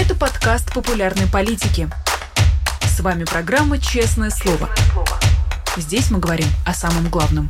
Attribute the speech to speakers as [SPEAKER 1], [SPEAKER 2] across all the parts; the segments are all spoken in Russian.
[SPEAKER 1] Это подкаст популярной политики. С вами программа «Честное слово». Здесь мы говорим о самом главном.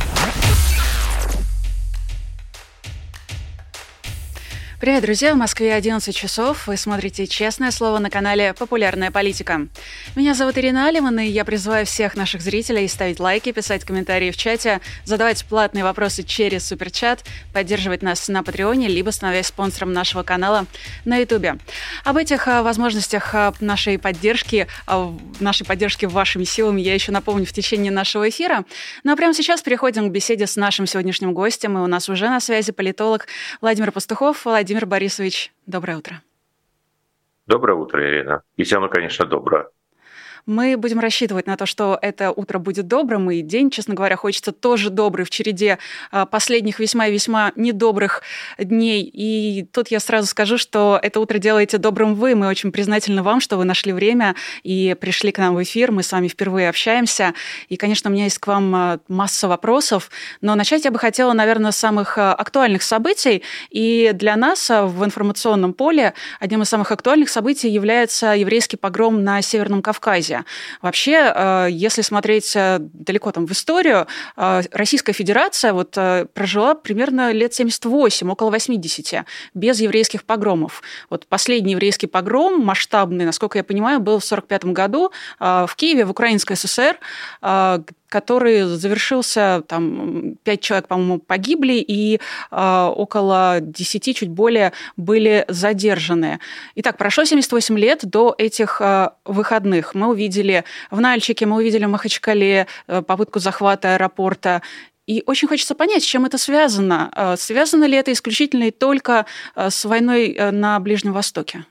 [SPEAKER 2] Привет, друзья! В Москве 11 часов. Вы смотрите «Честное слово» на канале «Популярная политика». Меня зовут Ирина Алиман, и я призываю всех наших зрителей ставить лайки, писать комментарии в чате, задавать платные вопросы через суперчат, поддерживать нас на Патреоне, либо становясь спонсором нашего канала на Ютубе. Об этих возможностях нашей поддержки вашими силами я еще напомню в течение нашего эфира. Ну а прямо сейчас переходим к беседе с нашим сегодняшним гостем, и у нас уже на связи политолог Владимир Пастухов. Владимир Борисович, доброе утро.
[SPEAKER 3] Доброе утро, Ирина. И всем, конечно, доброе.
[SPEAKER 2] Мы будем рассчитывать на то, что это утро будет добрым, и день, честно говоря, хочется тоже добрый в череде последних весьма и весьма недобрых дней. И тут я сразу скажу, что это утро делаете добрым вы. Мы очень признательны вам, что вы нашли время и пришли к нам в эфир. Мы с вами впервые общаемся. И, конечно, у меня есть к вам масса вопросов. Но начать я бы хотела, наверное, с самых актуальных событий. И для нас в информационном поле одним из самых актуальных событий является еврейский погром на Северном Кавказе. Вообще, если смотреть далеко там в историю, Российская Федерация прожила примерно лет 78, около 80, без еврейских погромов. Последний еврейский погром, масштабный, насколько я понимаю, был в 1945 году в Киеве, в Украинской ССР, который завершился, 5 человек, по-моему, погибли, и около 10, чуть более, были задержаны. Итак, прошло 78 лет до этих выходных. Мы увидели в Нальчике, мы увидели в Махачкале попытку захвата аэропорта. И очень хочется понять, с чем это связано. Связано ли это исключительно и только с войной на Ближнем Востоке?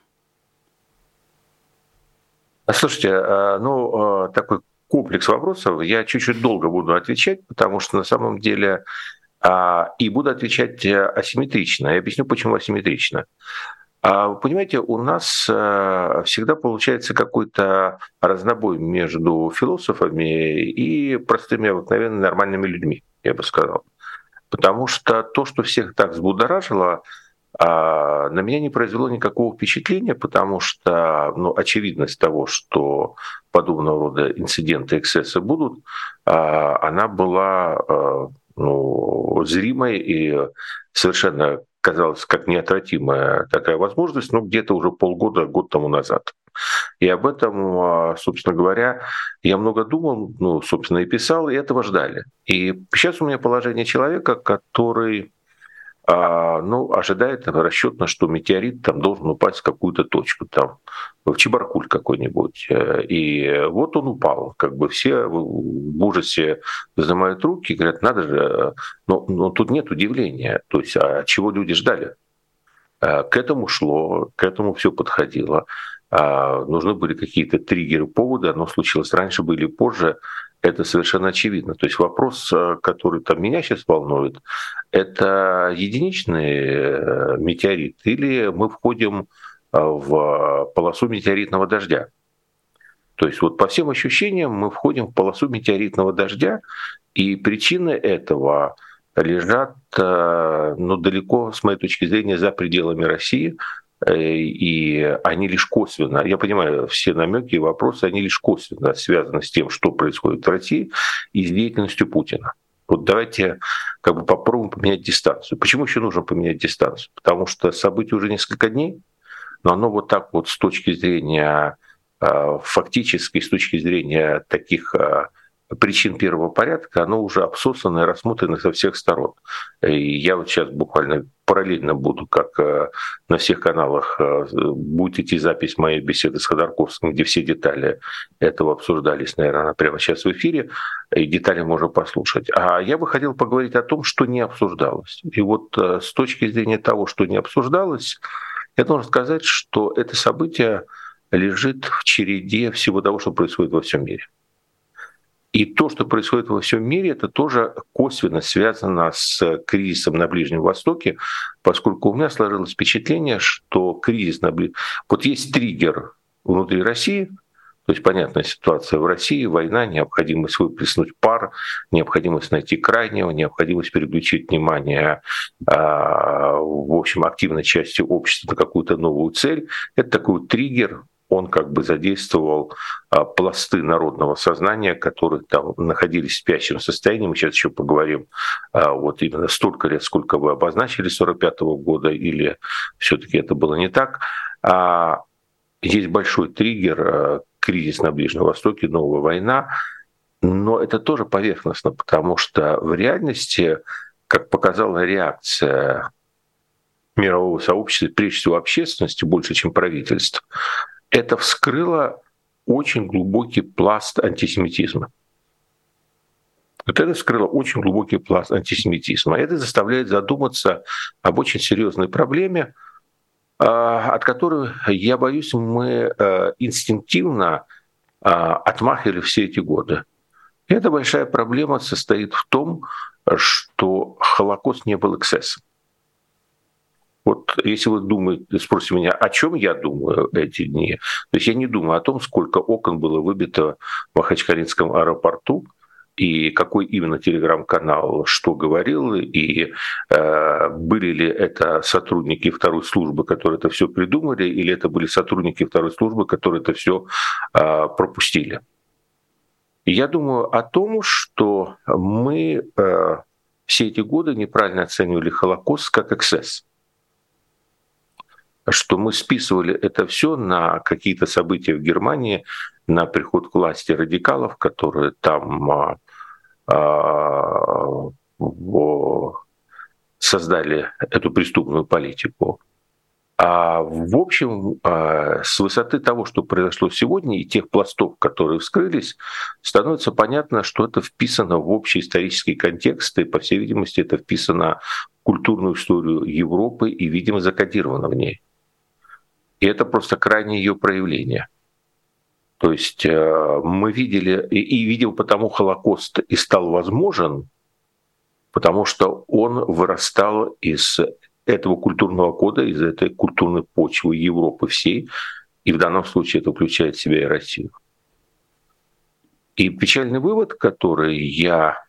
[SPEAKER 3] Слушайте, такой комплекс вопросов. Я чуть-чуть долго буду отвечать, потому что на самом деле и буду отвечать асимметрично. Я объясню, почему асимметрично. Вы понимаете, у нас всегда получается какой-то разнобой между философами и простыми, обыкновенными, нормальными людьми, я бы сказал. Потому что то, что всех так взбудоражило, на меня не произвело никакого впечатления, потому что очевидность того, что подобного рода инциденты, эксцессы будут, она была зримой и совершенно казалась как неотвратимая такая возможность, где-то уже полгода, год тому назад. И об этом, собственно говоря, я много думал, собственно, и писал, и этого ждали. И сейчас у меня положение человека, который ожидает расчетно, что метеорит должен упасть в какую-то точку, в Чебаркуль какой-нибудь. И вот он упал. Все в ужасе вздымают руки и говорят, надо же, но тут нет удивления. То есть, чего люди ждали? К этому шло, к этому все подходило. Нужны были какие-то триггеры, поводы, оно случилось раньше или позже. Это совершенно очевидно. То есть вопрос, который меня сейчас волнует, это единичный метеорит или мы входим в полосу метеоритного дождя? То есть по всем ощущениям мы входим в полосу метеоритного дождя, и причины этого лежат далеко, с моей точки зрения, за пределами России, и они лишь косвенно, я понимаю, все намеки и вопросы, они лишь косвенно связаны с тем, что происходит в России и с деятельностью Путина. Давайте попробуем поменять дистанцию. Почему еще нужно поменять дистанцию? Потому что событие уже несколько дней, но оно с точки зрения фактической, с точки зрения таких причин первого порядка, оно уже обсосано и рассмотрено со всех сторон. И я сейчас буквально параллельно буду, как на всех каналах, будет идти запись моей беседы с Ходорковским, где все детали этого обсуждались, наверное, прямо сейчас в эфире, и детали можно послушать. А я бы хотел поговорить о том, что не обсуждалось. И с точки зрения того, что не обсуждалось, я должен сказать, что это событие лежит в череде всего того, что происходит во всем мире. И то, что происходит во всем мире, это тоже косвенно связано с кризисом на Ближнем Востоке, поскольку у меня сложилось впечатление, что кризис на Ближнем... есть триггер внутри России, То есть понятная ситуация в России, война, необходимость выплеснуть пар, необходимость найти крайнего, необходимость переключить внимание, в общем, активной части общества на какую-то новую цель. Это такой триггер, он как бы задействовал пласты народного сознания, которые там находились в спящем состоянии. Мы сейчас еще поговорим вот именно столько лет, сколько вы обозначили, 45-го года, или все-таки это было не так. Есть большой триггер, кризис на Ближнем Востоке, новая война, но это тоже поверхностно, потому что в реальности, как показала реакция мирового сообщества, прежде всего общественности, больше, чем правительств, это вскрыло очень глубокий пласт антисемитизма. Вот это вскрыло очень глубокий пласт антисемитизма. Это заставляет задуматься об очень серьезной проблеме, от которой, я боюсь, мы инстинктивно отмахивали все эти годы. И эта большая проблема состоит в том, что Холокост не был эксцессом. Вот если вы думаете, спросите меня, о чем я думаю эти дни, то есть я не думаю о том, сколько окон было выбито в Махачкалинском аэропорту, и какой именно телеграм-канал что говорил, и были ли это сотрудники второй службы, которые это все придумали, или это были сотрудники второй службы, которые это все пропустили. И я думаю о том, что мы все эти годы неправильно оценивали Холокост как эксцесс, что мы списывали это все на какие-то события в Германии, на приход к власти радикалов, которые там создали эту преступную политику. А в общем, с высоты того, что произошло сегодня, и тех пластов, которые вскрылись, становится понятно, что это вписано в общий исторический контекст, и, по всей видимости, это вписано в культурную историю Европы и, видимо, закодировано в ней. И это просто крайнее ее проявление. То есть мы видели, и видел потому Холокост и стал возможен, потому что он вырастал из этого культурного кода, из этой культурной почвы Европы всей, и в данном случае это включает в себя и Россию. И печальный вывод, который я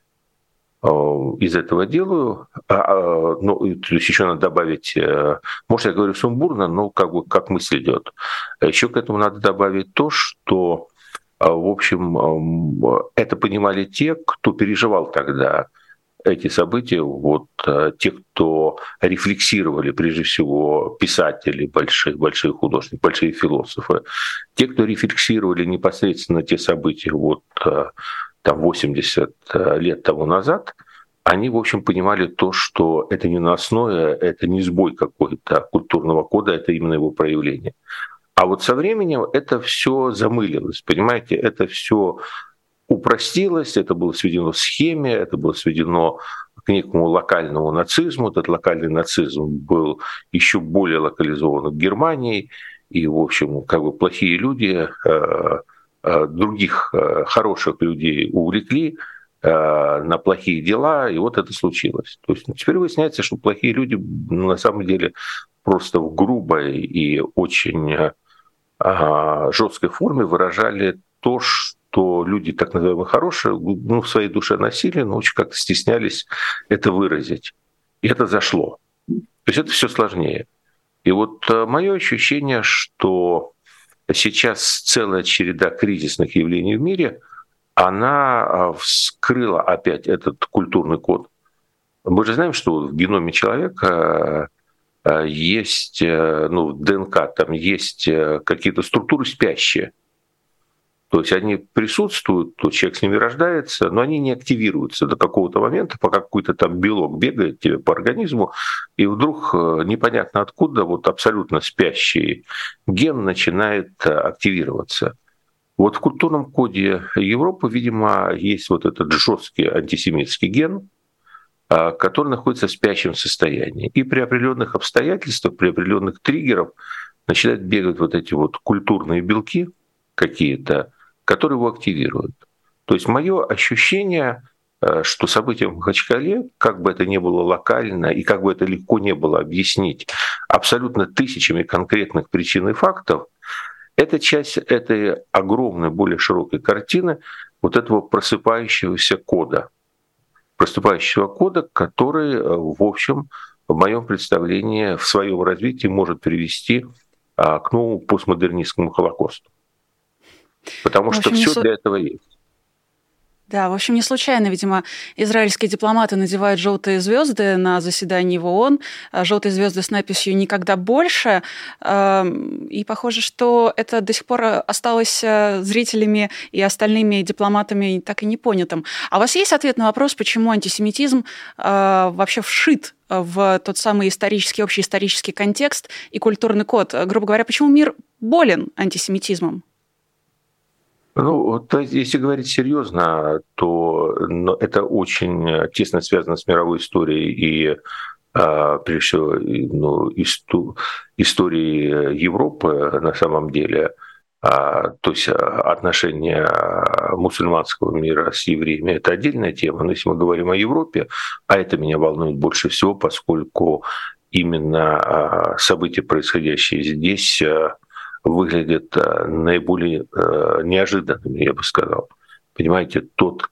[SPEAKER 3] из этого делаю, ну, то есть еще надо добавить, может, я говорю сумбурно, но как мысль идет. Еще к этому надо добавить то, что, в общем, это понимали те, кто переживал тогда эти события, вот те, кто рефлексировали, прежде всего, писатели, большие художники, большие философы, те, кто рефлексировали непосредственно те события, вот там 80 лет тому назад, они, в общем, понимали то, что это не наносное, это не сбой какой-то культурного кода, это именно его проявление. А вот со временем это все замылилось, понимаете, это все упростилось, это было сведено к схеме, это было сведено к некому локальному нацизму. Этот локальный нацизм был еще более локализован к Германии, и, в общем, как бы плохие люди других хороших людей увлекли на плохие дела, и вот это случилось. То есть теперь выясняется, что плохие люди на самом деле просто в грубой и очень жесткой форме выражали то, что люди, так называемые хорошие, в своей душе носили, но очень как-то стеснялись это выразить. И это зашло. То есть это все сложнее. И вот мое ощущение, что сейчас целая череда кризисных явлений в мире, она вскрыла опять этот культурный код. Мы же знаем, что в геноме человека есть, в ДНК там есть какие-то структуры спящие. То есть они присутствуют, то человек с ними рождается, но они не активируются до какого-то момента, пока какой-то там белок бегает тебе по организму, и вдруг непонятно откуда вот абсолютно спящий ген начинает активироваться. Вот в культурном коде Европы, видимо, есть вот этот жесткий антисемитский ген, который находится в спящем состоянии. И при определенных обстоятельствах, при определенных триггерах начинают бегать вот эти вот культурные белки какие-то, которые его активируют. То есть мое ощущение, что события в Махачкале, как бы это ни было локально и как бы это легко не было объяснить абсолютно тысячами конкретных причин и фактов, это часть этой огромной, более широкой картины вот этого просыпающегося кода, который, в общем, в моем представлении, в своем развитии может привести к новому постмодернистскому Холокосту. Потому что все для этого есть.
[SPEAKER 2] Да, в общем, не случайно, видимо, израильские дипломаты надевают желтые звезды на заседании в ООН, желтые звезды с надписью «Никогда больше». И похоже, что это до сих пор осталось зрителями и остальными дипломатами так и не понятым. А у вас есть ответ на вопрос, почему антисемитизм вообще вшит в тот самый общий исторический контекст и культурный код? Грубо говоря, почему мир болен антисемитизмом?
[SPEAKER 3] То есть, если говорить серьезно, то это очень тесно связано с мировой историей и, прежде всего, историей Европы на самом деле. То есть отношения мусульманского мира с евреями – это отдельная тема. Но если мы говорим о Европе, а это меня волнует больше всего, поскольку именно события, происходящие здесь, выглядят наиболее неожиданными, я бы сказал. Понимаете, тот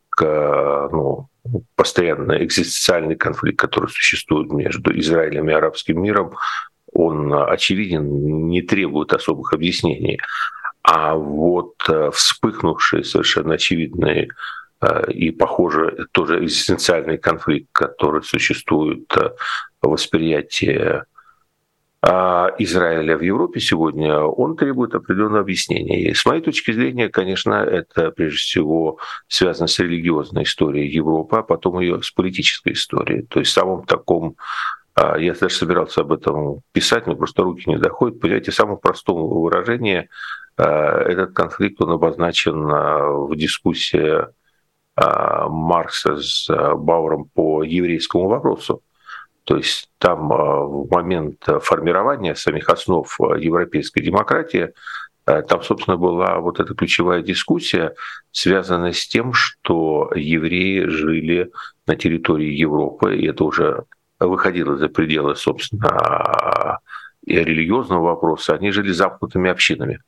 [SPEAKER 3] постоянно экзистенциальный конфликт, который существует между Израилем и арабским миром, он очевиден, не требует особых объяснений. А вот вспыхнувший совершенно очевидный и, похоже, тоже экзистенциальный конфликт, который существует в восприятии Израиля в Европе сегодня, он требует определенного объяснения. И с моей точки зрения, конечно, это прежде всего связано с религиозной историей Европы, а потом ее с политической историей. То есть в самом таком, я даже собирался об этом писать, но просто руки не доходят. Понимаете, в самом простом выражении этот конфликт, он обозначен в дискуссии Маркса с Бауэром по еврейскому вопросу. То есть там в момент формирования самих основ европейской демократии, там, собственно, была вот эта ключевая дискуссия, связанная с тем, что евреи жили на территории Европы, и это уже выходило за пределы, собственно, и религиозного вопроса, они жили замкнутыми общинами.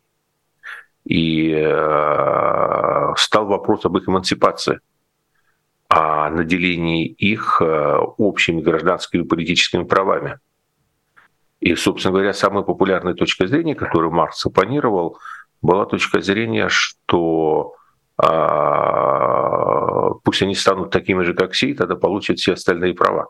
[SPEAKER 3] И стал вопрос об их эмансипации, о наделении их общими гражданскими и политическими правами. И, собственно говоря, самая популярная точка зрения, которую Маркс оппонировал, была точка зрения, что пусть они станут такими же, как все, и тогда получат все остальные права.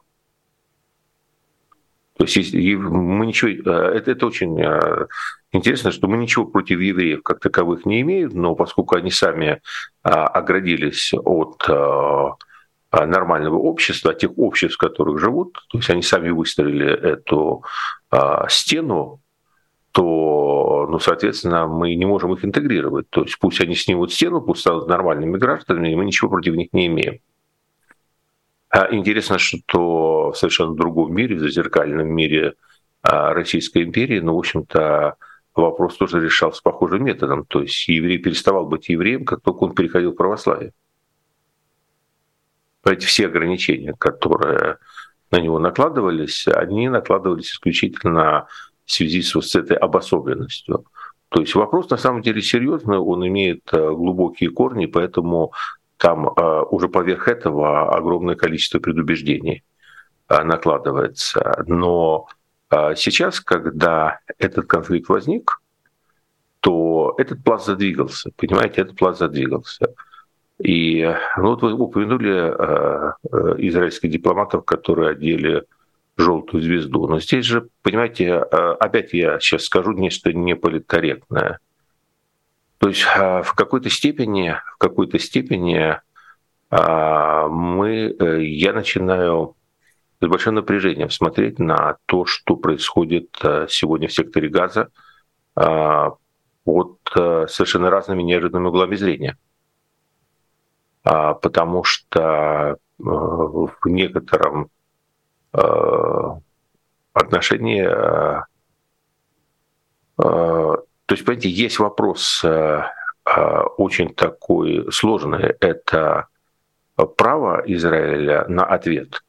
[SPEAKER 3] То есть мы ничего, это очень интересно, что мы ничего против евреев как таковых не имеем, но поскольку они сами оградились от нормального общества, от тех обществ, в которых живут, то есть они сами выстроили эту стену, то, соответственно, мы не можем их интегрировать. То есть пусть они снимут стену, пусть станут нормальными гражданами, и мы ничего против них не имеем. Интересно, что в совершенно другом мире, в зазеркальном мире Российской империи, в общем-то, вопрос тоже решался похожим методом. То есть еврей переставал быть евреем, как только он переходил в православие. Эти все ограничения, которые на него накладывались, они накладывались исключительно в связи с этой обособленностью. То есть вопрос на самом деле серьезный, он имеет глубокие корни, поэтому там уже поверх этого огромное количество предубеждений накладывается. Но сейчас, когда этот конфликт возник, то этот пласт задвигался. Понимаете, этот пласт задвигался. И вот вы упомянули израильских дипломатов, которые одели желтую звезду. Но здесь же, понимаете, опять я сейчас скажу нечто неполиткорректное. То есть в какой-то степени я начинаю с большим напряжением смотреть на то, что происходит сегодня в секторе Газа под совершенно разными неожиданными углами зрения. Потому что в некотором отношении, то есть, понимаете, есть вопрос очень такой сложный, это право Израиля на ответ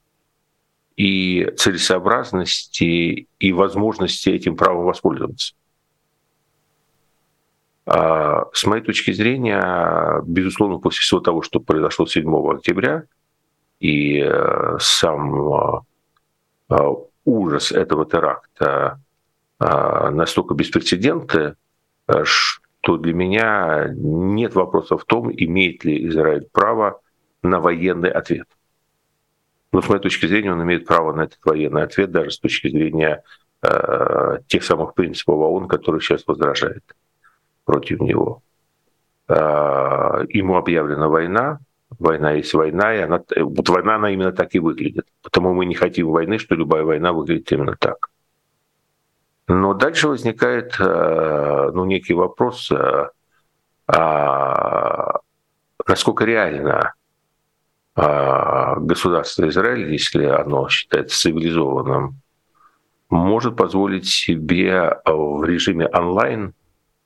[SPEAKER 3] и целесообразности и возможности этим правом воспользоваться. С моей точки зрения, безусловно, после всего того, что произошло 7 октября, и сам ужас этого теракта настолько беспрецедентный, что для меня нет вопроса в том, имеет ли Израиль право на военный ответ. Но с моей точки зрения он имеет право на этот военный ответ даже с точки зрения тех самых принципов ООН, которые сейчас возражают против него. Ему объявлена война. Война есть война, и вот война, она именно так и выглядит. Потому мы не хотим войны, что любая война выглядит именно так. Но дальше возникает некий вопрос, насколько реально государство Израиль, если оно считается цивилизованным, может позволить себе в режиме онлайн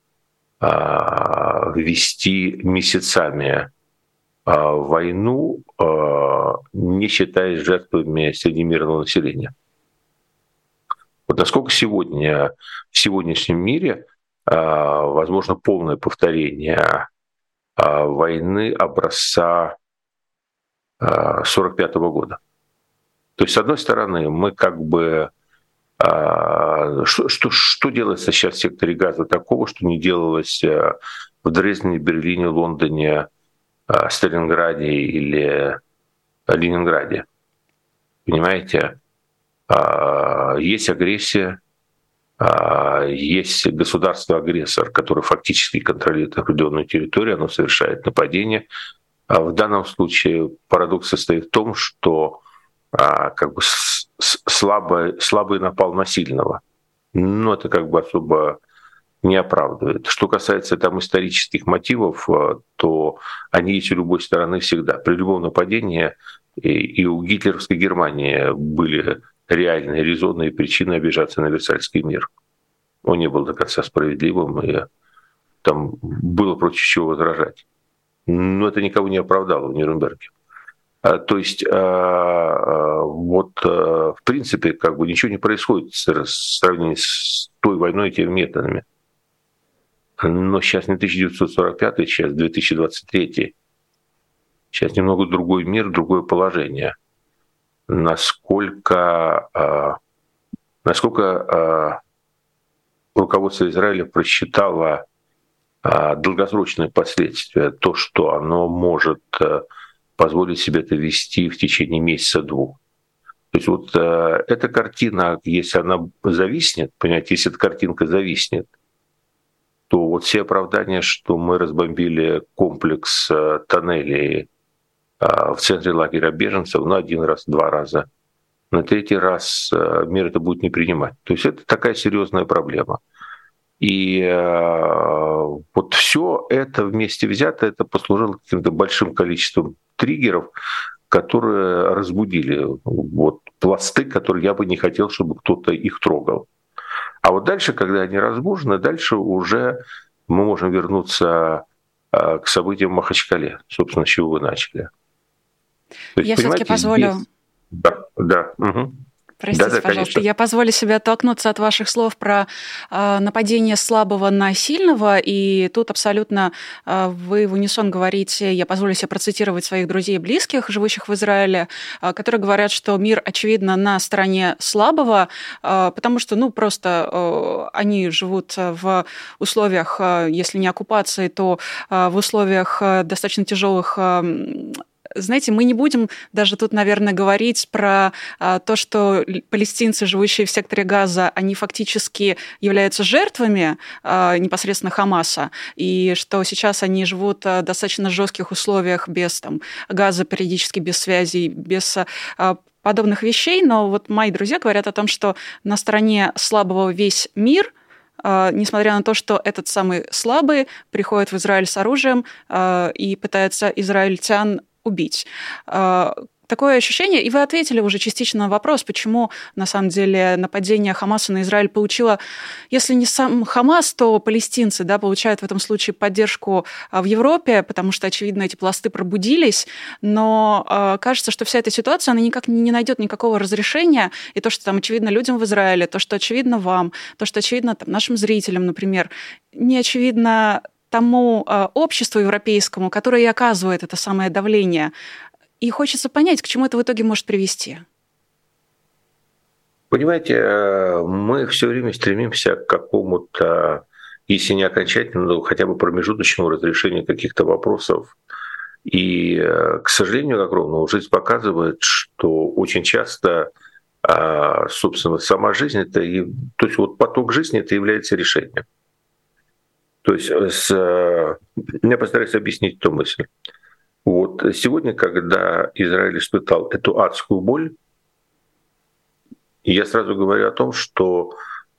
[SPEAKER 3] вести месяцами войну, не считаясь жертвами среди мирного населения. Вот насколько сегодня, в сегодняшнем мире возможно полное повторение войны образца 1945 года. То есть, с одной стороны, мы как бы... Что делается сейчас в секторе Газа такого, что не делалось в Дрездене, Берлине, Лондоне, Сталинграде или Ленинграде? Понимаете? Есть агрессия, есть государство-агрессор, которое фактически контролирует определенную территорию, оно совершает нападение. В данном случае парадокс состоит в том, что как бы слабый напал на сильного. Но это как бы особо не оправдывает. Что касается там исторических мотивов, то они есть у любой стороны всегда. При любом нападении и у гитлеровской Германии были реальные резонные причины обижаться на Версальский мир. Он не был до конца справедливым, и там было против чего возражать. Но это никого не оправдало в Нюрнберге. То есть в принципе, как бы ничего не происходит в сравнении с той войной и теми методами. Но сейчас не 1945, сейчас 2023. Сейчас немного другой мир, другое положение. Насколько руководство Израиля просчитало долгосрочные последствия, то, что оно может позволить себе это вести в течение месяца-двух. То есть вот эта картина, если она зависнет, понимаете, если эта картинка зависнет, то вот все оправдания, что мы разбомбили комплекс тоннелей в центре лагеря беженцев, один раз, два раза, на третий раз мир это будет не принимать. То есть это такая серьезная проблема. И вот все это вместе взято, это послужило каким-то большим количеством триггеров, которые разбудили вот пласты, которые я бы не хотел, чтобы кто-то их трогал. А вот дальше, когда они разбужены, дальше уже мы можем вернуться к событиям в Махачкале, собственно, с чего вы начали.
[SPEAKER 2] То есть, я все-таки позволю...
[SPEAKER 3] Да. Угу.
[SPEAKER 2] Простите, пожалуйста, конечно. Я позволю себе оттолкнуться от ваших слов про нападение слабого на сильного, и тут абсолютно вы в унисон говорите, я позволю себе процитировать своих друзей и близких, живущих в Израиле, которые говорят, что мир, очевидно, на стороне слабого, потому что, просто они живут в условиях, если не оккупации, то в условиях достаточно тяжелых. Знаете, мы не будем даже тут, наверное, говорить про то, что палестинцы, живущие в секторе Газа, они фактически являются жертвами непосредственно Хамаса, и что сейчас они живут в достаточно жестких условиях без газа, периодически без связи, без подобных вещей. Но вот мои друзья говорят о том, что на стороне слабого весь мир, несмотря на то, что этот самый слабый приходит в Израиль с оружием и пытается израильтян убить. Такое ощущение, и вы ответили уже частично на вопрос, почему, на самом деле, нападение Хамаса на Израиль получило, если не сам Хамас, то палестинцы, да, получают в этом случае поддержку в Европе, потому что, очевидно, эти пласты пробудились, но кажется, что вся эта ситуация, она никак не найдет никакого разрешения, и то, что там очевидно людям в Израиле, то, что очевидно вам, то, что очевидно там, нашим зрителям, например, не очевидно тому обществу европейскому, которое и оказывает это самое давление. И хочется понять, к чему это в итоге может привести.
[SPEAKER 3] Понимаете, мы все время стремимся к какому-то, если не окончательному, хотя бы промежуточному разрешению каких-то вопросов. И, к сожалению, огромному, жизнь показывает, что очень часто, собственно, сама жизнь, то есть вот поток жизни, это является решением. То есть я постараюсь объяснить эту мысль. Вот сегодня, когда Израиль испытал эту адскую боль, я сразу говорю о том, что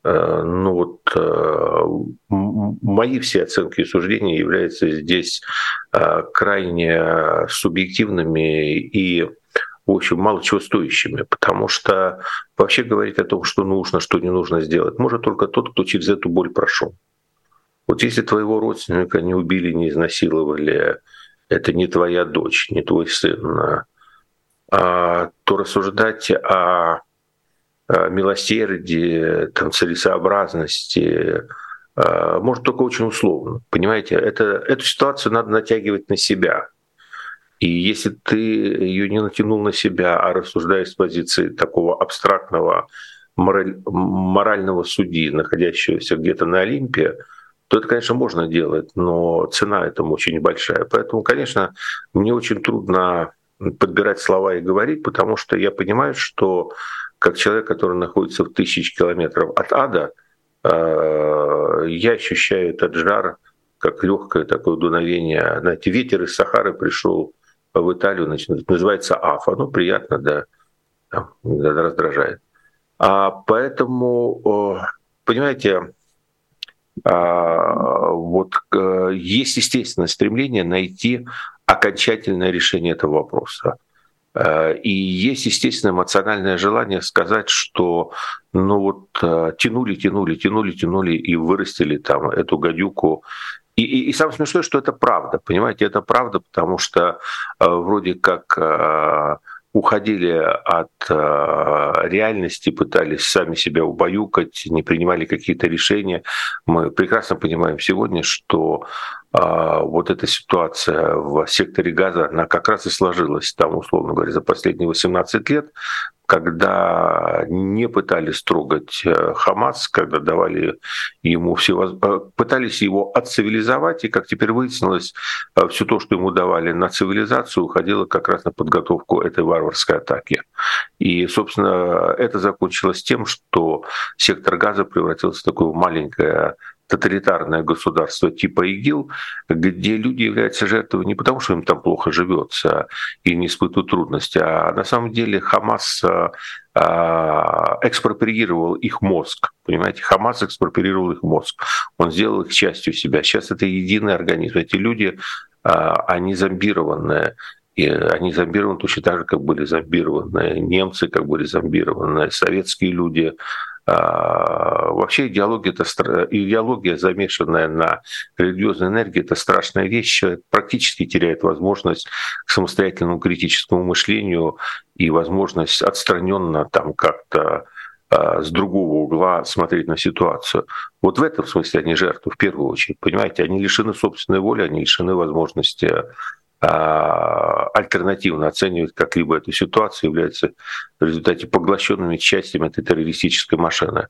[SPEAKER 3] мои все оценки и суждения являются здесь крайне субъективными и, в общем, мало чего стоящими, потому что вообще говорить о том, что нужно, что не нужно сделать, может только тот, кто через эту боль прошел. Вот если твоего родственника не убили, не изнасиловали, это не твоя дочь, не твой сын, то рассуждать о милосердии, там, целесообразности может только очень условно. Понимаете, эту ситуацию надо натягивать на себя. И если ты ее не натянул на себя, а рассуждаешь с позиции такого абстрактного морального судьи, находящегося где-то на Олимпе, то это, конечно, можно делать, но цена этому очень большая. Поэтому, конечно, мне очень трудно подбирать слова и говорить, потому что я понимаю, что как человек, который находится в 1000 километров от ада, я ощущаю этот жар как легкое такое дуновение. Знаете, ветер из Сахары пришел в Италию, значит, называется Афа. Ну, приятно, да, раздражает. Поэтому, понимаете, вот есть естественное стремление найти окончательное решение этого вопроса. И есть, естественно, эмоциональное желание сказать, что тянули и вырастили там эту гадюку. И самое смешное, что это правда, понимаете, это правда, потому что вроде как уходили от реальности, пытались сами себя убаюкать, не принимали какие-то решения. Мы прекрасно понимаем сегодня, что вот эта ситуация в секторе Газа, она как раз и сложилась там, условно говоря, за последние 18 лет, когда не пытались трогать Хамас, когда давали ему пытались его отцивилизовать, и, как теперь выяснилось, все то, что ему давали на цивилизацию, уходило как раз на подготовку этой варварской атаки. И, собственно, это закончилось тем, что сектор Газа превратился в такое маленькое тоталитарное государство типа ИГИЛ, где люди являются жертвой не потому, что им там плохо живется и не испытывают трудности, а на самом деле Хамас экспроприировал их мозг. Понимаете, Хамас экспроприировал их мозг. Он сделал их частью себя. Сейчас это единый организм. Эти люди, они зомбированные. И они зомбированы точно так же, как были зомбированы немцы, как были зомбированы советские люди. Вообще идеология, замешанная на религиозной энергии, это страшная вещь. Человек практически теряет возможность к самостоятельному критическому мышлению и возможность отстраненно там как-то с другого угла смотреть на ситуацию. Вот в этом смысле они жертвы в первую очередь. Понимаете, они лишены собственной воли, они лишены возможности альтернативно оценивать как-либо эту ситуацию, являются в результате поглощенными частями этой террористической машины.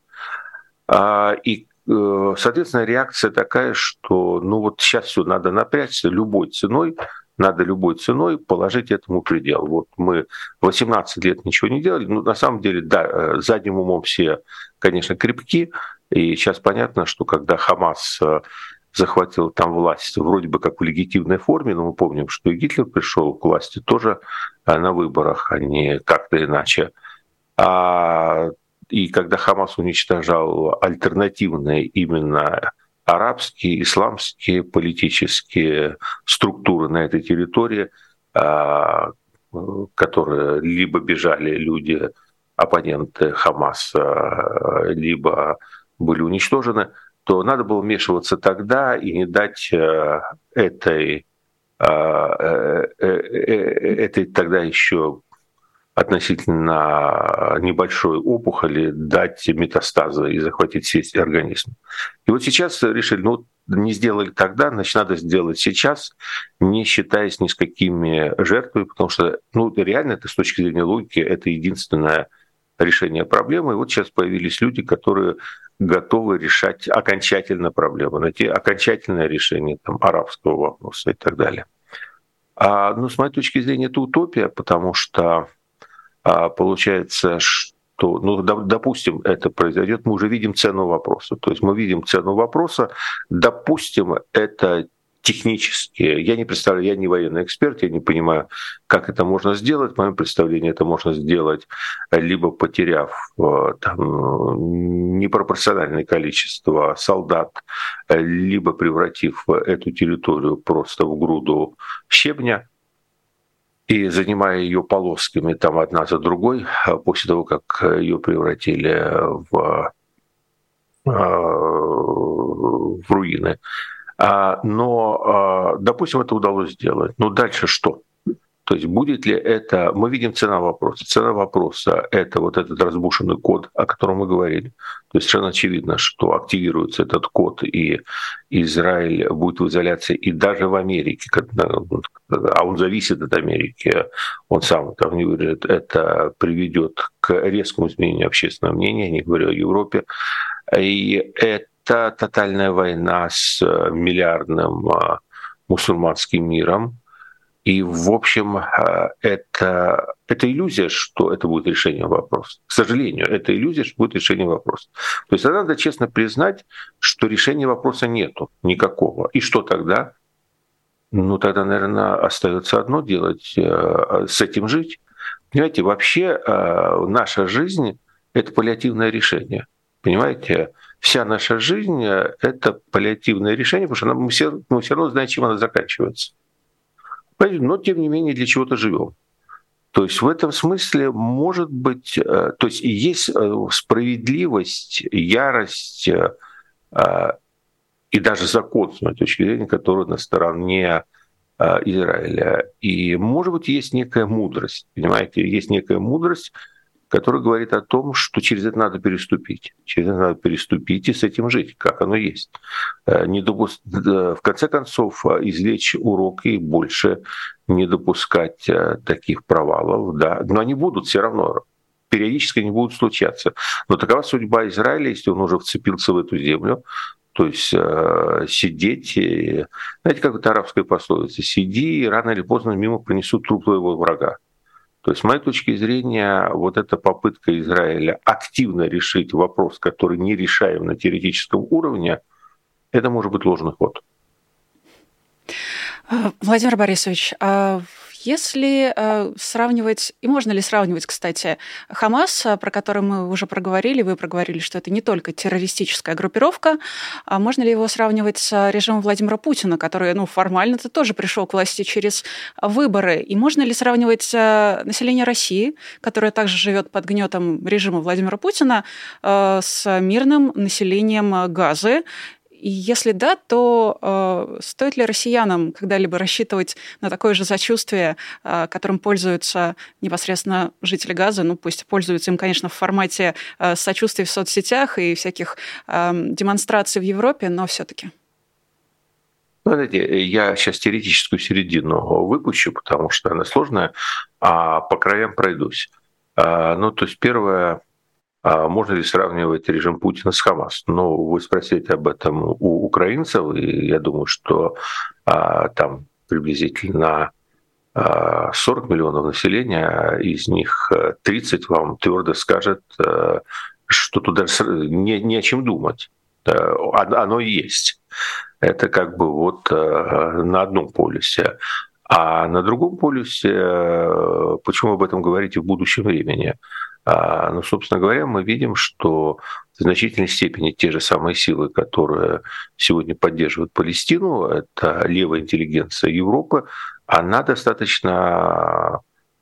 [SPEAKER 3] И, соответственно, реакция такая, что сейчас все надо напрячься любой ценой, надо любой ценой положить этому предел. Вот мы 18 лет ничего не делали, но на самом деле, да, задним умом все, конечно, крепки, и сейчас понятно, что когда Хамас захватил там власть вроде бы как в легитимной форме, но мы помним, что и Гитлер пришел к власти тоже на выборах, а не как-то иначе. И когда Хамас уничтожал альтернативные именно арабские, исламские политические структуры на этой территории, которые либо бежали люди, оппоненты Хамаса, либо были уничтожены, то надо было вмешиваться тогда и не дать этой тогда еще относительно небольшой опухоли дать метастазы и захватить весь организм. И вот сейчас решили, не сделали тогда, значит, надо сделать сейчас, не считаясь ни с какими жертвами, потому что, реально, это с точки зрения логики, это единственное решение проблемы. И вот сейчас появились люди, которые готовы решать окончательно проблему, найти окончательное решение арабского вопроса и так далее. С моей точки зрения, это утопия, потому что получается, что, допустим, это произойдет, мы уже видим цену вопроса. То есть мы видим цену вопроса, допустим, это технически. Я не представляю, я не военный эксперт, я не понимаю, как это можно сделать. В моем представлении это можно сделать, либо потеряв непропорциональное количество солдат, либо превратив эту территорию просто в груду щебня и занимая ее полосками одна за другой, после того, как ее превратили в руины. Но, допустим, это удалось сделать. Но дальше что? То есть будет ли это... Мы видим цена вопроса. Цена вопроса — это вот этот разбушенный код, о котором мы говорили. То есть совершенно очевидно, что активируется этот код, и Израиль будет в изоляции, и даже в Америке, а он зависит от Америки, он сам там не говорит, это приведет к резкому изменению общественного мнения, не говоря о Европе. И это тотальная война с миллиардным мусульманским миром. И, в общем, это иллюзия, что это будет решение вопроса. К сожалению, это иллюзия, что будет решение вопроса. То есть надо честно признать, что решения вопроса нету никакого. И что тогда? Тогда, наверное, остается одно делать, с этим жить. Понимаете, вообще наша жизнь — это паллиативное решение. Понимаете? Вся наша жизнь — это паллиативное решение, потому что мы все равно знаем, чем она заканчивается. Но, тем не менее, для чего-то живем. То есть в этом смысле может быть... То есть есть справедливость, ярость и даже закон, с моей точки зрения, который на стороне Израиля. И, может быть, есть некая мудрость, понимаете? Есть некая мудрость, которая говорит о том, что через это надо переступить. Через это надо переступить и с этим жить, как оно есть. В конце концов, извлечь урок и больше не допускать таких провалов. Да. Но они будут все равно. Периодически они будут случаться. Но такова судьба Израиля, если он уже вцепился в эту землю. То есть сидеть, знаете, как это арабская пословица, сиди, и рано или поздно мимо принесут труп твоего врага. То есть, с моей точки зрения, вот эта попытка Израиля активно решить вопрос, который не решаем на теоретическом уровне, это может быть ложный ход.
[SPEAKER 2] Владимир Борисович, если сравнивать, и можно ли сравнивать, кстати, Хамас, про который мы уже проговорили, вы проговорили, что это не только террористическая группировка, а можно ли его сравнивать с режимом Владимира Путина, который, формально-то тоже пришел к власти через выборы, и можно ли сравнивать население России, которое также живет под гнетом режима Владимира Путина, с мирным населением Газы? И если да, то стоит ли россиянам когда-либо рассчитывать на такое же сочувствие, которым пользуются непосредственно жители Газы? Пусть пользуются им, конечно, в формате сочувствия в соцсетях и всяких демонстраций в Европе, но все-таки.
[SPEAKER 3] Знаете, я сейчас теоретическую середину выпущу, потому что она сложная, а по краям пройдусь. То есть первое... Можно ли сравнивать режим Путина с Хамас? Вы спросите об этом у украинцев, и я думаю, что там приблизительно 40 миллионов населения, из них 30 вам твердо скажет, что тут даже не о чем думать. Оно и есть. Это как бы на одном полюсе. А на другом полюсе, почему об этом говорить в будущем времени? Собственно говоря, мы видим, что в значительной степени те же самые силы, которые сегодня поддерживают Палестину, это левая интеллигенция Европы, она достаточно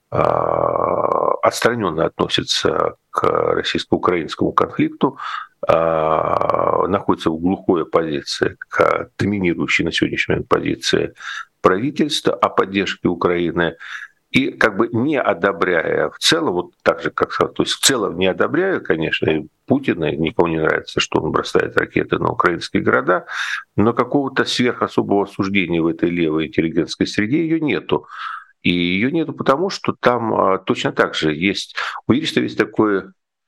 [SPEAKER 3] отстраненно относится к российско-украинскому конфликту, находится в глухой оппозиции к доминирующей на сегодняшний момент позиции правительства о поддержке Украины. И как бы не одобряя в целом, вот так же, как сказал, то есть в целом не одобряя, конечно, и Путина, никому не нравится, что он бросает ракеты на украинские города, но какого-то сверхособого осуждения в этой левой интеллигентской среде ее нету. И ее нету потому, что там точно так же есть, у юристов есть такой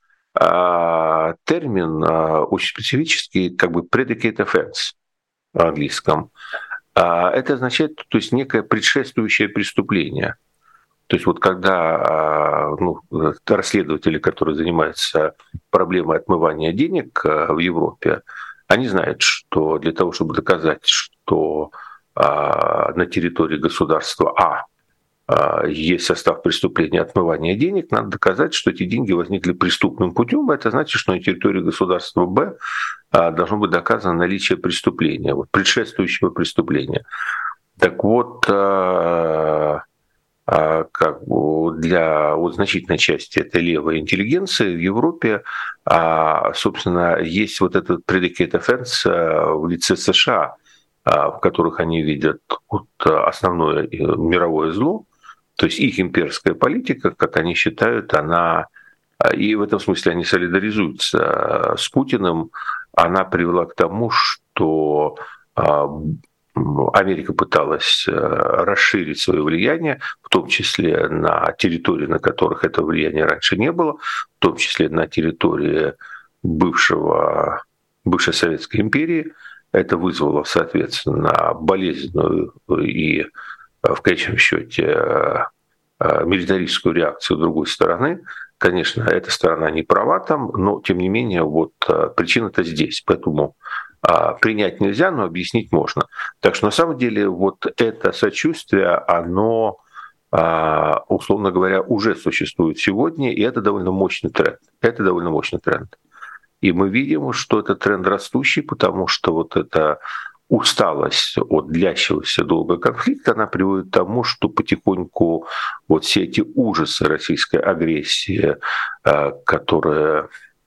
[SPEAKER 3] термин очень специфический, как бы predicate offense в английском. Это означает, то есть некое предшествующее преступление. То есть вот когда расследователи, которые занимаются проблемой отмывания денег в Европе, они знают, что для того, чтобы доказать, что на территории государства есть состав преступления отмывания денег, надо доказать, что эти деньги возникли преступным путем. Это значит, что на территории государства Б должно быть доказано наличие преступления, вот, предшествующего преступления. Так вот, как бы для вот значительной части этой левой интеллигенции в Европе, собственно, есть вот этот predicate offense в лице США, в которых они видят вот основное мировое зло, то есть их имперская политика, как они считают, она, и в этом смысле они солидаризуются с Путиным, она привела к тому, что Америка пыталась расширить свое влияние, в том числе на территории, на которых этого влияния раньше не было, в том числе на территории бывшей Советской империи. Это вызвало, соответственно, болезненную и, в конечном счете, милитаристскую реакцию другой стороны. Конечно, эта сторона не права там, но, тем не менее, вот причина-то здесь. Поэтому принять нельзя, но объяснить можно. Так что на самом деле вот это сочувствие, оно, условно говоря, уже существует сегодня, и это довольно мощный тренд. Это довольно мощный тренд. И мы видим, что это тренд растущий, потому что вот эта усталость от длящегося долгого конфликта, она приводит к тому, что потихоньку вот все эти ужасы российской агрессии, которые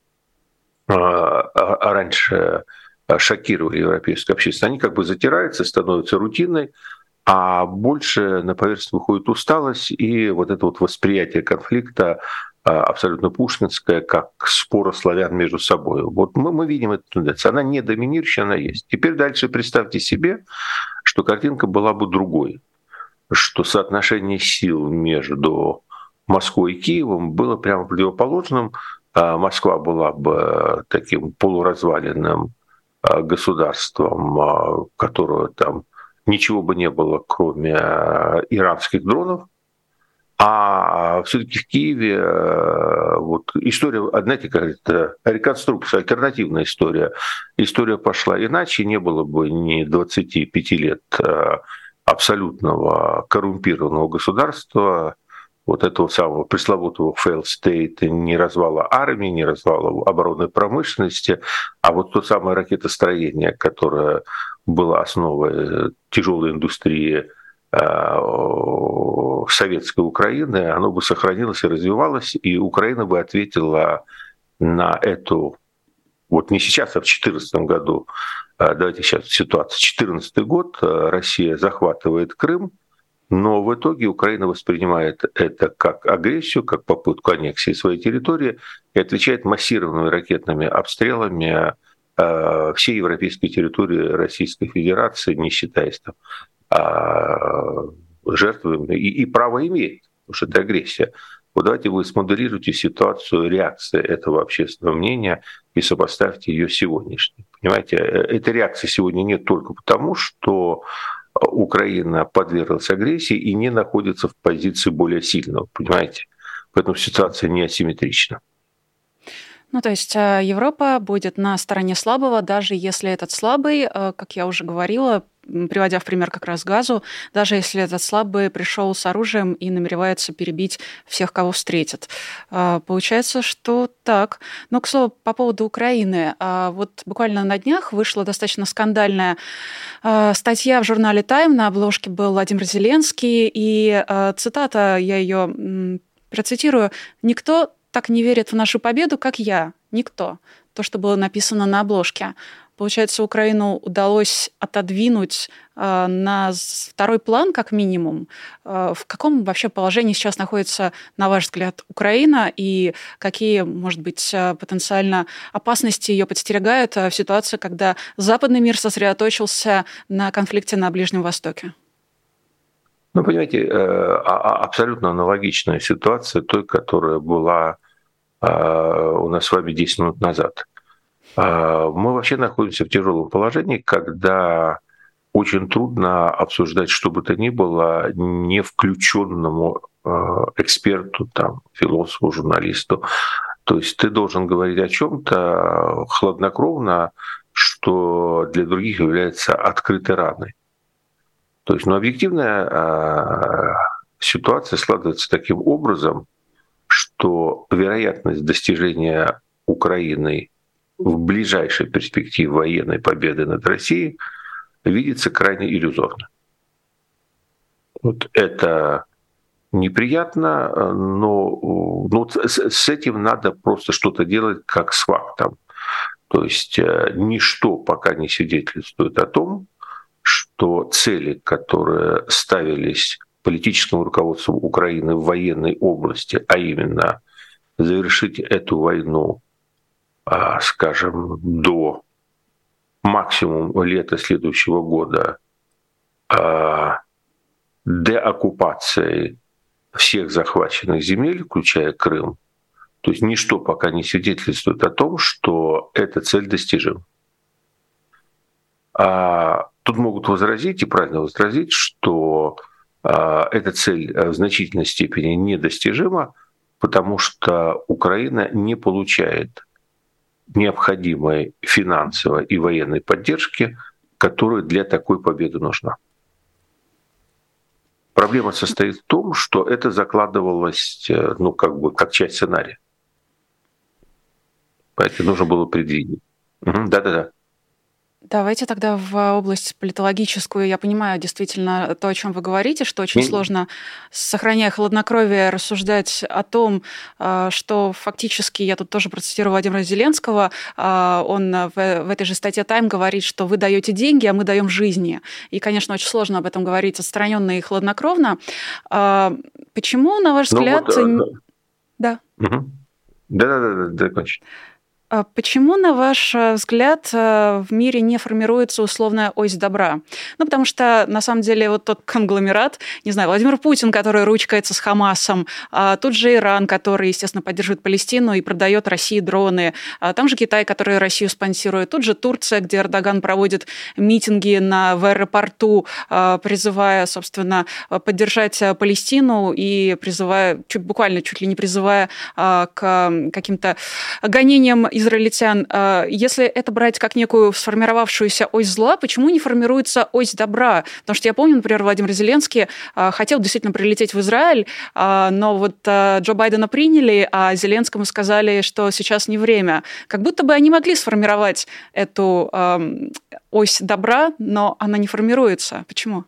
[SPEAKER 3] раньше шокировали европейскую общественность, они как бы затираются, становятся рутиной, а больше на поверхность выходит усталость и вот это вот восприятие конфликта абсолютно пушкинское, как спора славян между собой. Вот мы видим эту тенденцию. Она не доминирующая, она есть. Теперь дальше представьте себе, что картинка была бы другой, что соотношение сил между Москвой и Киевом было прямо противоположным. Москва была бы таким полуразваленным государством, которого там ничего бы не было, кроме иранских дронов. А все-таки в Киеве вот история, знаете, как это реконструкция, альтернативная история. История пошла иначе, не было бы ни 25 лет абсолютного коррумпированного государства, вот этого самого пресловутого failed state, не развала армии, не развала оборонной промышленности, а вот то самое ракетостроение, которое было основой тяжелой индустрии советской Украины, оно бы сохранилось и развивалось, и Украина бы ответила на эту, вот не сейчас, а в 2014 году, давайте сейчас ситуация, 2014 год, Россия захватывает Крым, но в итоге Украина воспринимает это как агрессию, как попытку аннексии своей территории и отвечает массированными ракетными обстрелами всей европейской территории Российской Федерации, не считаясь там жертвами, и право имеет, потому что это агрессия. Вот давайте вы смоделируйте ситуацию реакции этого общественного мнения и сопоставьте ее с сегодняшней. Понимаете, этой реакции сегодня нет только потому, что Украина подверглась агрессии и не находится в позиции более сильного, понимаете? Поэтому ситуация не асимметрична.
[SPEAKER 2] Ну, то есть Европа будет на стороне слабого, даже если этот слабый, как я уже говорила, приводя в пример как раз Газу, даже если этот слабый пришел с оружием и намеревается перебить всех, кого встретит. Получается, что так. Но, к слову, по поводу Украины. Вот буквально на днях вышла достаточно скандальная статья в журнале «Тайм». На обложке был Владимир Зеленский. И цитата, я ее процитирую: «Никто так не верит в нашу победу, как я. Никто». То, что было написано на обложке. Получается, Украину удалось отодвинуть на второй план, как минимум. В каком вообще положении сейчас находится, на ваш взгляд, Украина, и какие, может быть, потенциально опасности ее подстерегают в ситуации, когда западный мир сосредоточился на конфликте на Ближнем Востоке?
[SPEAKER 3] Ну, понимаете, абсолютно аналогичная ситуация той, которая была у нас с вами 10 минут назад. Мы вообще находимся в тяжелом положении, когда очень трудно обсуждать что бы то ни было не включенному эксперту, там, философу, журналисту. То есть ты должен говорить о чем-то хладнокровно, что для других является открытой раной. То есть, объективная ситуация складывается таким образом, что вероятность достижения Украиной в ближайшей перспективе военной победы над Россией видится крайне иллюзорно. Вот это неприятно, но с этим надо просто что-то делать как с фактом. То есть ничто пока не свидетельствует о том, что цели, которые ставились политическим руководством Украины в военной области, а именно завершить эту войну, скажем, до максимум лета следующего года деоккупацией всех захваченных земель, включая Крым, то есть ничто пока не свидетельствует о том, что эта цель достижима. Тут могут возразить, и правильно возразить, что эта цель в значительной степени недостижима, потому что Украина не получает необходимой финансовой и военной поддержки, которая для такой победы нужна. Проблема состоит в том, что это закладывалось, как часть сценария. Поэтому нужно было предвидеть. Да-да-да.
[SPEAKER 2] Давайте тогда в область политологическую. Я понимаю действительно то, о чем вы говорите, что очень сложно, сохраняя хладнокровие, рассуждать о том, что фактически, я тут тоже процитирую Владимира Зеленского, он в этой же статье «Тайм» говорит, что вы даете деньги, а мы даем жизни. И, конечно, очень сложно об этом говорить отстраненно и хладнокровно. Почему, на ваш взгляд... Да.
[SPEAKER 3] Да, закончить.
[SPEAKER 2] Почему, на ваш взгляд, в мире не формируется условная ось добра? Потому что, на самом деле, вот тот конгломерат, не знаю, Владимир Путин, который ручкается с Хамасом, тут же Иран, который, естественно, поддерживает Палестину и продает России дроны, там же Китай, который Россию спонсирует, тут же Турция, где Эрдоган проводит митинги в аэропорту, призывая, собственно, поддержать Палестину и призывая, буквально чуть ли не призывая к каким-то гонениям израильтян. Если это брать как некую сформировавшуюся ось зла, почему не формируется ось добра? Потому что я помню, например, Владимир Зеленский хотел действительно прилететь в Израиль, но вот Джо Байдена приняли, а Зеленскому сказали, что сейчас не время. Как будто бы они могли сформировать эту ось добра, но она не формируется. Почему?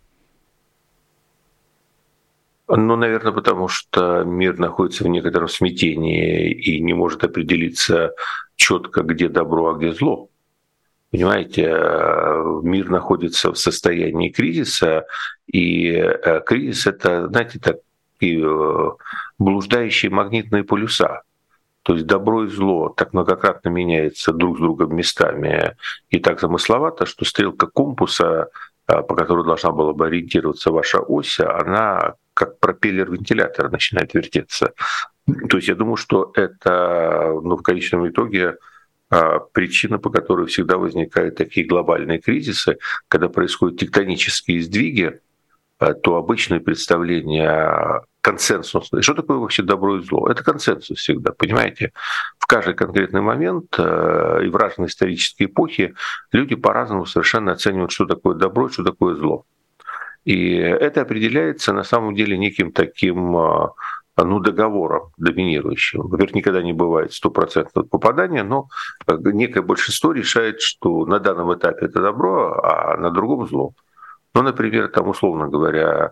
[SPEAKER 3] Наверное, потому что мир находится в некотором смятении и не может определиться четко, где добро, а где зло. Понимаете, мир находится в состоянии кризиса, и кризис — это, знаете, такие блуждающие магнитные полюса. То есть добро и зло так многократно меняются друг с другом местами и так замысловато, что стрелка компаса, по которой должна была бы ориентироваться ваша ось, она как пропеллер вентилятора начинает вертеться. То есть я думаю, что это в конечном итоге причина, по которой всегда возникают такие глобальные кризисы, когда происходят тектонические сдвиги, то обычные представления, консенсус. Что такое вообще добро и зло? Это консенсус всегда, понимаете? В каждый конкретный момент и в разные исторические эпохи люди по-разному совершенно оценивают, что такое добро и что такое зло. И это определяется на самом деле неким таким договором доминирующим. Во-первых, никогда не бывает стопроцентного попадания, но некое большинство решает, что на данном этапе это добро, а на другом зло. Ну, например, там, условно говоря,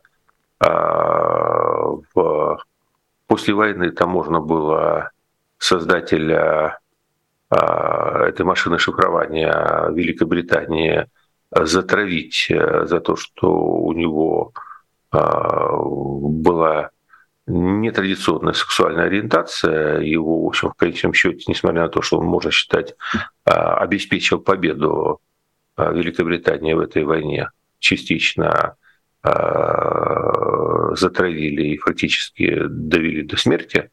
[SPEAKER 3] после войны там можно было создателя этой машины шифрования Великобритании затравить за то, что у него была нетрадиционная сексуальная ориентация. Его, в общем, в конечном счете, несмотря на то, что он, можно считать, обеспечил победу Великобритании в этой войне, частично затравили и фактически довели до смерти.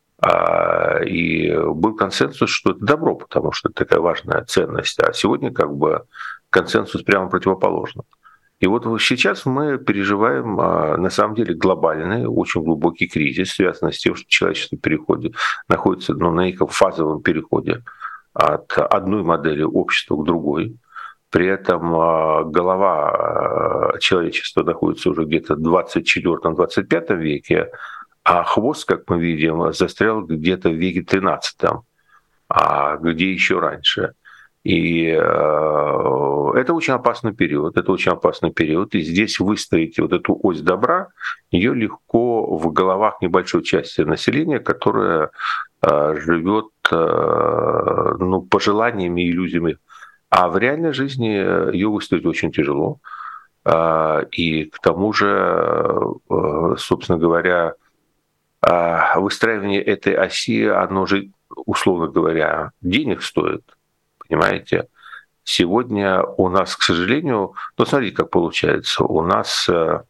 [SPEAKER 3] И был консенсус, что это добро, потому что это такая важная ценность. А сегодня как бы консенсус прямо противоположный. И вот сейчас мы переживаем, на самом деле, глобальный, очень глубокий кризис, связанный с тем, что человечество находится на неком фазовом переходе от одной модели общества к другой. При этом голова человечества находится уже где-то в 24-25 веке, а хвост, как мы видим, застрял где-то в веке 13, а где еще раньше. И это очень опасный период, И здесь выстроить вот эту ось добра, ее легко в головах небольшой части населения, которая живет пожеланиями и иллюзиями. А в реальной жизни ее выстроить очень тяжело. И к тому же, собственно говоря, выстраивание этой оси, оно же, условно говоря, денег стоит. Понимаете? Сегодня у нас, к сожалению, смотрите, как получается, у нас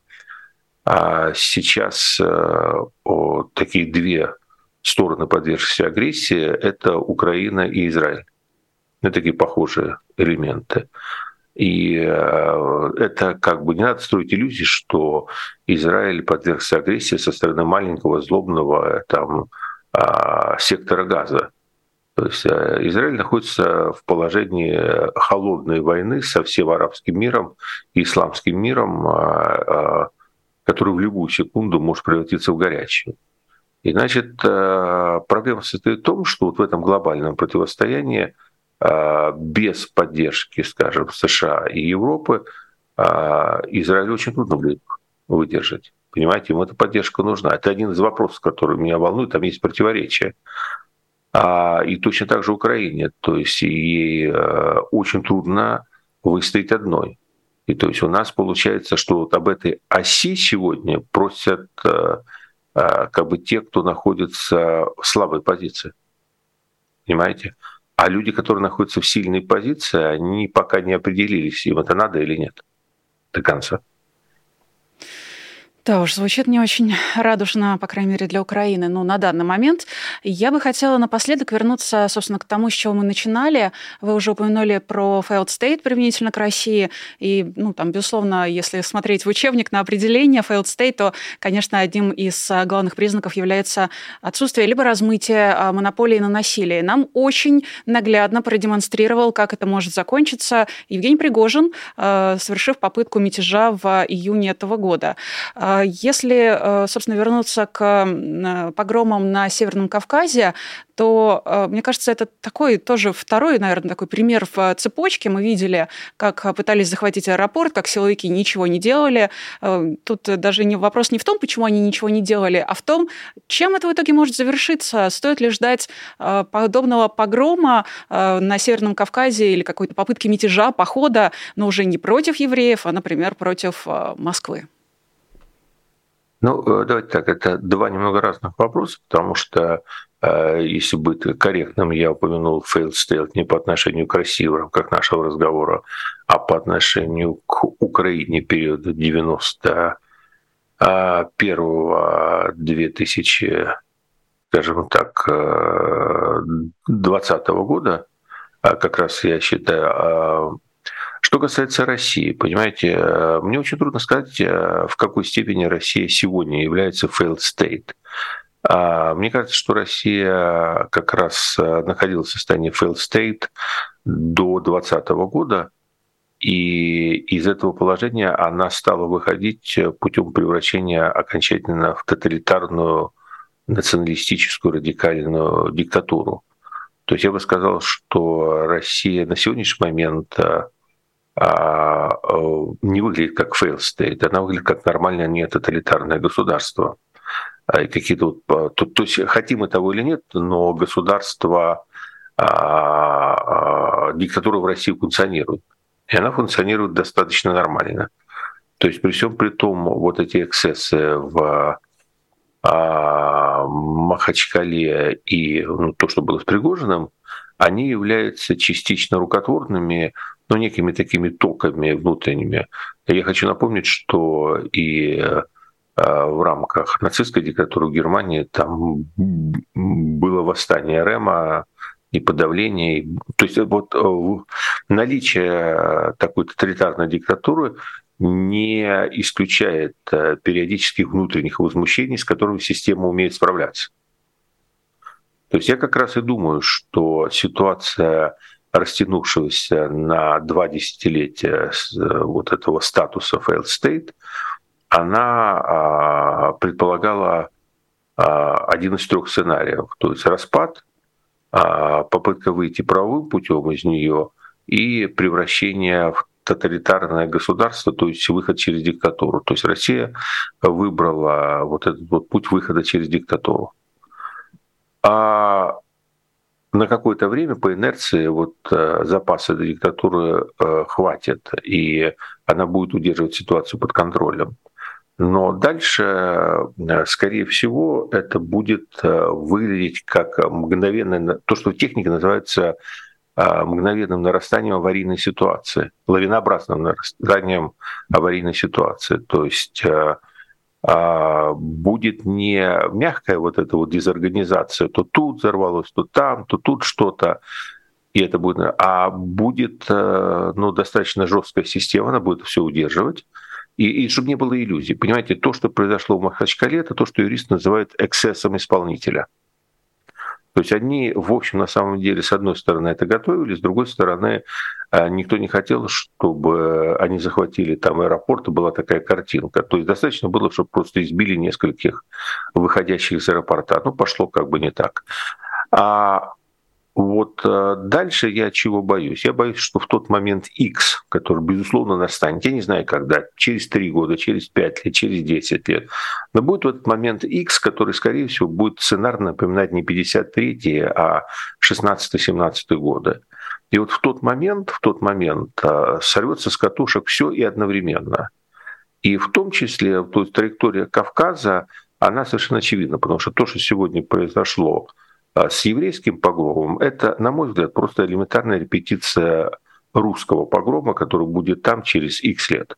[SPEAKER 3] сейчас такие две стороны, подвергшиеся агрессии, это Украина и Израиль. Это такие похожие элементы. И это как бы не надо строить иллюзии, что Израиль подвергся агрессии со стороны маленького злобного сектора Газа. То есть Израиль находится в положении холодной войны со всем арабским миром и исламским миром, который в любую секунду может превратиться в горячую. И значит, проблема состоит в том, что вот в этом глобальном противостоянии без поддержки, скажем, США и Европы Израилю очень трудно будет выдержать. Понимаете, ему эта поддержка нужна. Это один из вопросов, который меня волнует, там есть противоречия. И точно так же Украине. То есть ей очень трудно выстоять одной. И то есть у нас получается, что вот об этой оси сегодня просят как бы те, кто находится в слабой позиции. Понимаете? А люди, которые находятся в сильной позиции, они пока не определились, им это надо или нет до конца.
[SPEAKER 2] Да уж, звучит не очень радужно, по крайней мере, для Украины, на данный момент. Я бы хотела напоследок вернуться, собственно, к тому, с чего мы начинали. Вы уже упомянули про failed state применительно к России. И, безусловно, если смотреть в учебник на определение failed state, то, конечно, одним из главных признаков является отсутствие либо размытие монополии на насилие. Нам очень наглядно продемонстрировал, как это может закончиться Евгений Пригожин, совершив попытку мятежа в июне этого года. Если, собственно, вернуться к погромам на Северном Кавказе, то, мне кажется, это такой тоже второй, наверное, такой пример в цепочке. Мы видели, как пытались захватить аэропорт, как силовики ничего не делали. Тут даже вопрос не в том, почему они ничего не делали, а в том, чем это в итоге может завершиться. Стоит ли ждать подобного погрома на Северном Кавказе или какой-то попытки мятежа, похода, но уже не против евреев, а, например, против Москвы?
[SPEAKER 3] Давайте так, это два немного разных вопроса, потому что, если быть корректным, я упомянул failed state не по отношению к России в рамках нашего разговора, а по отношению к Украине периода 91-2000, скажем так, 2020 года. Как раз я считаю, Что касается России, понимаете, мне очень трудно сказать, в какой степени Россия сегодня является failed state. Мне кажется, что Россия как раз находилась в состоянии failed state до 2020 года, и из этого положения она стала выходить путем превращения окончательно в тоталитарную, националистическую, радикальную диктатуру. То есть я бы сказал, что Россия на сегодняшний момент не выглядит как failed state, она выглядит как нормальное не тоталитарное государство. И какие-то то есть хотим мы того или нет, но государство, диктатура в России функционирует. И она функционирует достаточно нормально. То есть при всем при том, вот эти эксцессы в Махачкале и то, что было с Пригожиным, они являются частично рукотворными, но некими такими токами внутренними. Я хочу напомнить, что и в рамках нацистской диктатуры в Германии там было восстание Рема и подавление. То есть вот наличие такой тоталитарной диктатуры не исключает периодических внутренних возмущений, с которыми система умеет справляться. То есть я как раз и думаю, что ситуация, растянувшегося на 2 десятилетия вот этого статуса failed state, она предполагала один из 3 сценариев. То есть распад, попытка выйти правовым путем из нее и превращение в тоталитарное государство, то есть выход через диктатуру. То есть Россия выбрала вот этот вот путь выхода через диктатуру. А на какое-то время по инерции вот запасы этой диктатуры хватит, и она будет удерживать ситуацию под контролем. Но дальше, скорее всего, это будет выглядеть как мгновенное, то, что в технике называется мгновенным нарастанием аварийной ситуации, лавинообразным нарастанием аварийной ситуации. То есть будет не мягкая вот эта вот дезорганизация, то тут взорвалось, то там, то тут что-то, и это будет, а будет достаточно жесткая система, она будет все удерживать, и чтобы не было иллюзий. Понимаете, то, что произошло в Махачкале, это то, что юристы называют эксцессом исполнителя. То есть они, в общем, на самом деле, с одной стороны, это готовили, с другой стороны, никто не хотел, чтобы они захватили там аэропорт, и была такая картинка. То есть достаточно было, чтобы просто избили нескольких выходящих из аэропорта. Пошло как бы не так. А вот дальше я чего боюсь? Я боюсь, что в тот момент X, который, безусловно, настанет, я не знаю когда, через 3 года, через 5 лет, через 10 лет, но будет в этот момент X, который, скорее всего, будет сценарно напоминать не 53-е, а 16-17 годы. И вот в тот момент сорвется с катушек все и одновременно. И в том числе, то есть траектория Кавказа, она совершенно очевидна, потому что то, что сегодня произошло с еврейским погромом, это, на мой взгляд, просто элементарная репетиция русского погрома, который будет там через X лет.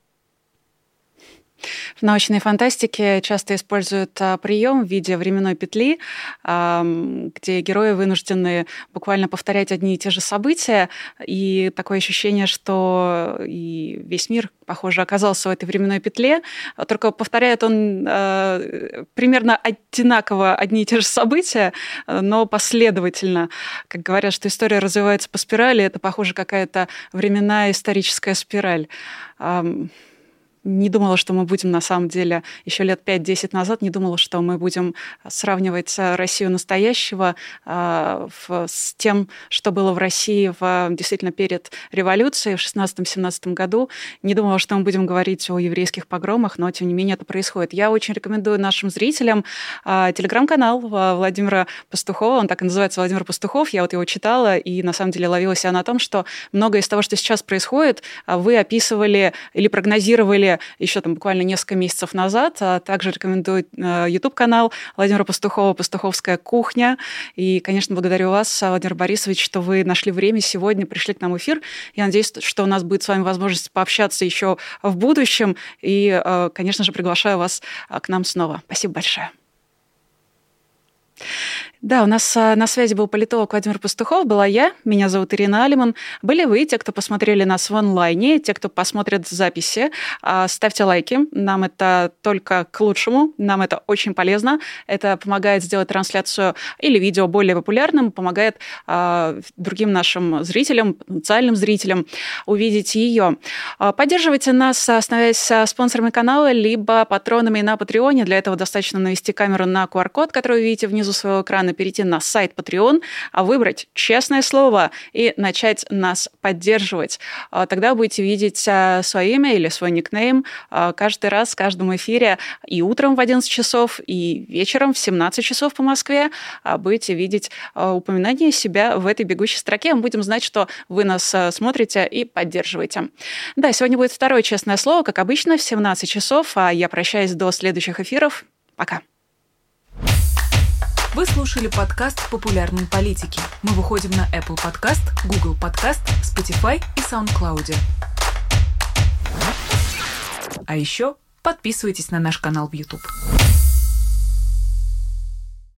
[SPEAKER 2] В научной фантастике часто используют прием в виде временной петли, где герои вынуждены буквально повторять одни и те же события, и такое ощущение, что и весь мир, похоже, оказался в этой временной петле, только повторяет он примерно одинаково одни и те же события, но последовательно. Как говорят, что история развивается по спирали, это, похоже, какая-то временная историческая спираль. Не думала, что мы будем, на самом деле, еще лет 5-10 назад, не думала, что мы будем сравнивать Россию настоящего с тем, что было в России действительно перед революцией в 16-17 году. Не думала, что мы будем говорить о еврейских погромах, но, тем не менее, это происходит. Я очень рекомендую нашим зрителям телеграм-канал Владимира Пастухова. Он так и называется, Владимир Пастухов. Я вот его читала и, на самом деле, ловила себя на том, что многое из того, что сейчас происходит, вы описывали или прогнозировали еще там буквально несколько месяцев назад. Также рекомендую YouTube-канал Владимира Пастухова «Пастуховская кухня». И, конечно, благодарю вас, Владимир Борисович, что вы нашли время сегодня, пришли к нам в эфир. Я надеюсь, что у нас будет с вами возможность пообщаться еще в будущем. И, конечно же, приглашаю вас к нам снова. Спасибо большое. Да, у нас на связи был политолог Владимир Пастухов, была я, меня зовут Ирина Алиман. Были вы, те, кто посмотрели нас в онлайне, те, кто посмотрит записи. Ставьте лайки, нам это только к лучшему, нам это очень полезно. Это помогает сделать трансляцию или видео более популярным, помогает другим нашим зрителям, потенциальным зрителям увидеть ее. Поддерживайте нас, становясь спонсорами канала, либо патронами на Патреоне. Для этого достаточно навести камеру на QR-код, который вы видите внизу своего экрана, перейти на сайт Patreon, выбрать «Честное слово» и начать нас поддерживать. Тогда будете видеть свое имя или свой никнейм каждый раз, в каждом эфире, и утром в 11 часов, и вечером в 17 часов по Москве будете видеть упоминание себя в этой бегущей строке. Мы будем знать, что вы нас смотрите и поддерживаете. Да, сегодня будет второе «Честное слово», как обычно, в 17 часов. А я прощаюсь до следующих эфиров. Пока.
[SPEAKER 1] Вы слушали подкаст «Популярные политики». Мы выходим на Apple Podcast, Google Podcast, Spotify и SoundCloud. А еще подписывайтесь на наш канал в YouTube.